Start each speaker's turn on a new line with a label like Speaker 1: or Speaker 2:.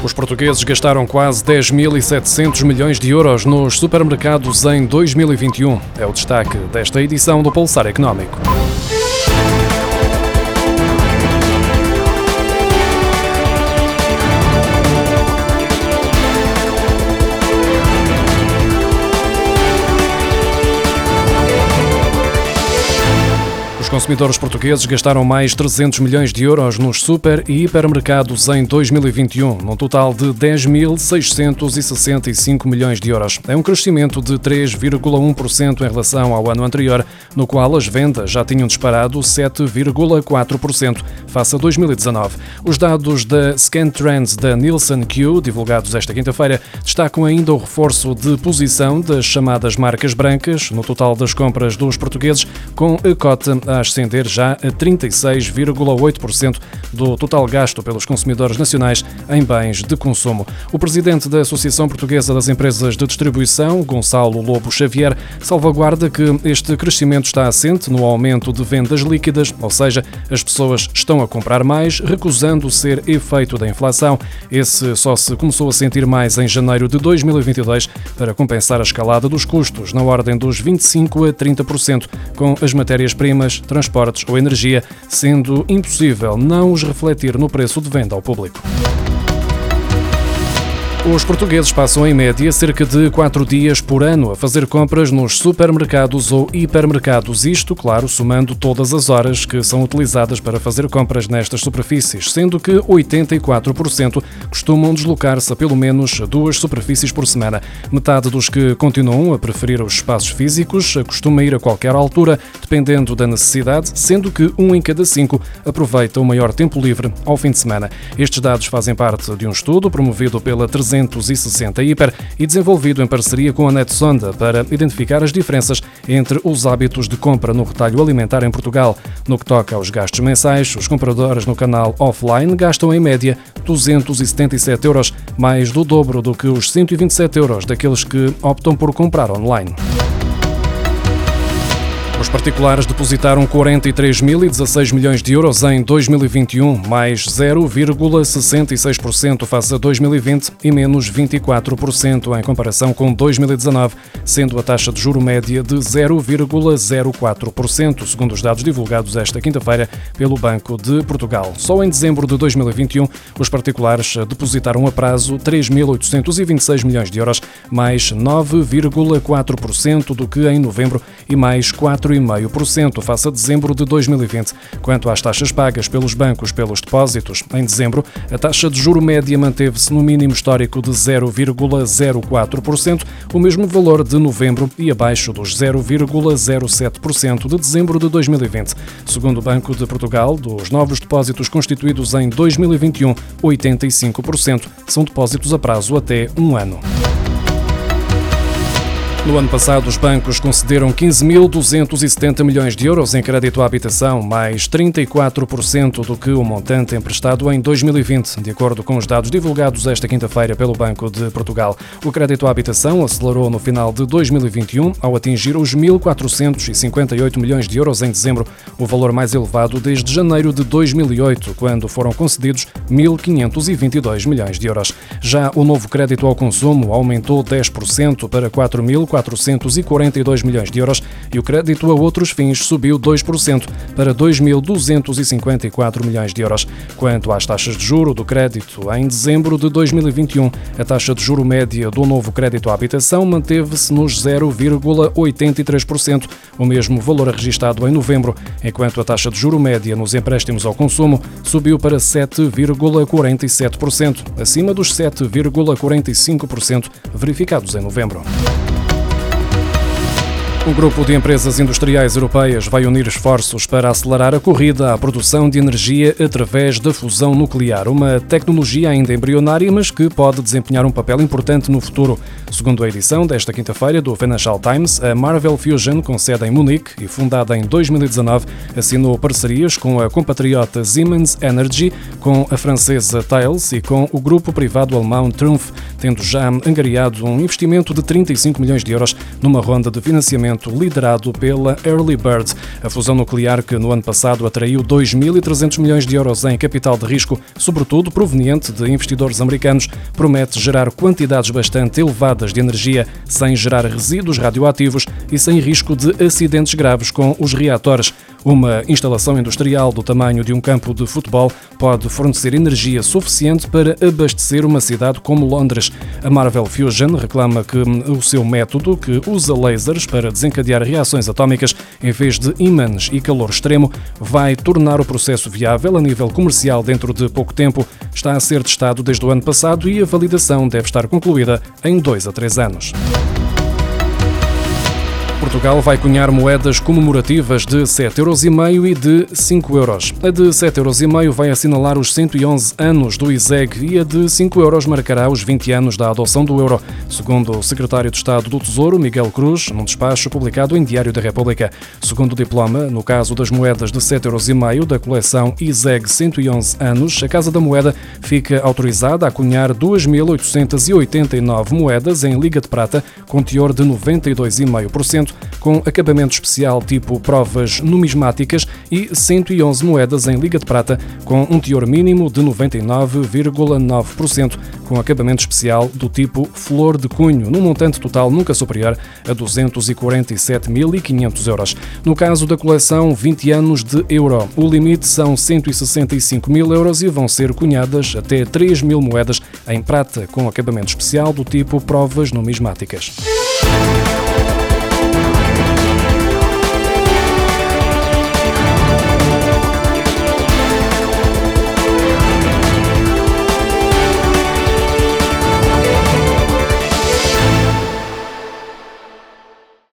Speaker 1: Os portugueses gastaram quase 10.700 milhões de euros nos supermercados em 2021. É o destaque desta edição do Pulsar Económico. Os consumidores portugueses gastaram mais 300 milhões de euros nos super e hipermercados em 2021, num total de 10.665 milhões de euros. É um crescimento de 3,1% em relação ao ano anterior, no qual as vendas já tinham disparado 7,4% face a 2019. Os dados da Scantrends da Nielsen Q, divulgados esta quinta-feira, destacam ainda o reforço de posição das chamadas marcas brancas no total das compras dos portugueses, com a cota a ascender já a 36,8% do total gasto pelos consumidores nacionais em bens de consumo. O presidente da Associação Portuguesa das Empresas de Distribuição, Gonçalo Lobo Xavier, salvaguarda que este crescimento está assente no aumento de vendas líquidas, ou seja, as pessoas estão a comprar mais, recusando ser efeito da inflação. Esse só se começou a sentir mais em janeiro de 2022 para compensar a escalada dos custos, na ordem dos 25% a 30%, com as matérias-primas, transportes ou energia, sendo impossível não os refletir no preço de venda ao público. Os portugueses passam em média cerca de 4 dias por ano a fazer compras nos supermercados ou hipermercados, isto, claro, somando todas as horas que são utilizadas para fazer compras nestas superfícies, sendo que 84% costumam deslocar-se a pelo menos 2 superfícies por semana. Metade dos que continuam a preferir os espaços físicos costuma ir a qualquer altura, dependendo da necessidade, sendo que 1 em cada 5 aproveita o maior tempo livre ao fim de semana. Estes dados fazem parte de um estudo promovido pela 360 Hiper e desenvolvido em parceria com a NetSonda para identificar as diferenças entre os hábitos de compra no retalho alimentar em Portugal. No que toca aos gastos mensais, os compradores no canal offline gastam em média 277 euros, mais do dobro do que os 127 euros daqueles que optam por comprar online. Os particulares depositaram 43.016 milhões de euros em 2021, mais 0,66% face a 2020 e menos 24% em comparação com 2019, sendo a taxa de juro média de 0,04%, segundo os dados divulgados esta quinta-feira pelo Banco de Portugal. Só em dezembro de 2021, os particulares depositaram a prazo 3.826 milhões de euros, mais 9,4% do que em novembro e mais 4,5% face a dezembro de 2020. Quanto às taxas pagas pelos bancos pelos depósitos, em dezembro, a taxa de juro média manteve-se no mínimo histórico de 0,04%, o mesmo valor de novembro e abaixo dos 0,07% de dezembro de 2020. Segundo o Banco de Portugal, dos novos depósitos constituídos em 2021, 85% são depósitos a prazo até 1 ano. No ano passado, os bancos concederam 15.270 milhões de euros em crédito à habitação, mais 34% do que o montante emprestado em 2020, de acordo com os dados divulgados esta quinta-feira pelo Banco de Portugal. O crédito à habitação acelerou no final de 2021 ao atingir os 1.458 milhões de euros em dezembro, o valor mais elevado desde janeiro de 2008, quando foram concedidos 1.522 milhões de euros. Já o novo crédito ao consumo aumentou 10% para 4.442 milhões de euros e o crédito a outros fins subiu 2% para 2.254 milhões de euros. Quanto às taxas de juro do crédito, em dezembro de 2021, a taxa de juro média do novo crédito à habitação manteve-se nos 0,83%, o mesmo valor registado em novembro, enquanto a taxa de juro média nos empréstimos ao consumo subiu para 7,47%, acima dos 7,45% verificados em novembro. Um grupo de empresas industriais europeias vai unir esforços para acelerar a corrida à produção de energia através da fusão nuclear, uma tecnologia ainda embrionária, mas que pode desempenhar um papel importante no futuro. Segundo a edição desta quinta-feira do Financial Times, a Marvel Fusion, com sede em Munique e fundada em 2019, assinou parcerias com a compatriota Siemens Energy, com a francesa Thales e com o grupo privado alemão Trumpf, tendo já angariado um investimento de 35 milhões de euros numa ronda de financiamento investimento liderado pela Early Bird. A fusão nuclear, que no ano passado atraiu 2.300 milhões de euros em capital de risco, sobretudo proveniente de investidores americanos, promete gerar quantidades bastante elevadas de energia sem gerar resíduos radioativos e sem risco de acidentes graves com os reatores. Uma instalação industrial do tamanho de um campo de futebol pode fornecer energia suficiente para abastecer uma cidade como Londres. A Marvel Fusion reclama que o seu método, que usa lasers para desencadear reações atómicas em vez de ímãs e calor extremo, vai tornar o processo viável a nível comercial dentro de pouco tempo. Está a ser testado desde o ano passado e a validação deve estar concluída em 2 a 3 anos. Portugal vai cunhar moedas comemorativas de 7,5€ e de 5€. A de 7,5€ vai assinalar os 111 anos do ISEG e a de 5€ marcará os 20 anos da adoção do euro, segundo o secretário de Estado do Tesouro, Miguel Cruz, num despacho publicado em Diário da República. Segundo o diploma, no caso das moedas de 7,5€ da coleção ISEG 111 anos, a Casa da Moeda fica autorizada a cunhar 2.889 moedas em Liga de Prata, com teor de 92,5%, com acabamento especial tipo provas numismáticas, e 111 moedas em Liga de Prata, com um teor mínimo de 99,9%, com acabamento especial do tipo flor de cunho, num montante total nunca superior a 247.500 euros. No caso da coleção 20 anos de euro, o limite são 165.000 euros e vão ser cunhadas até 3.000 moedas em prata, com acabamento especial do tipo provas numismáticas.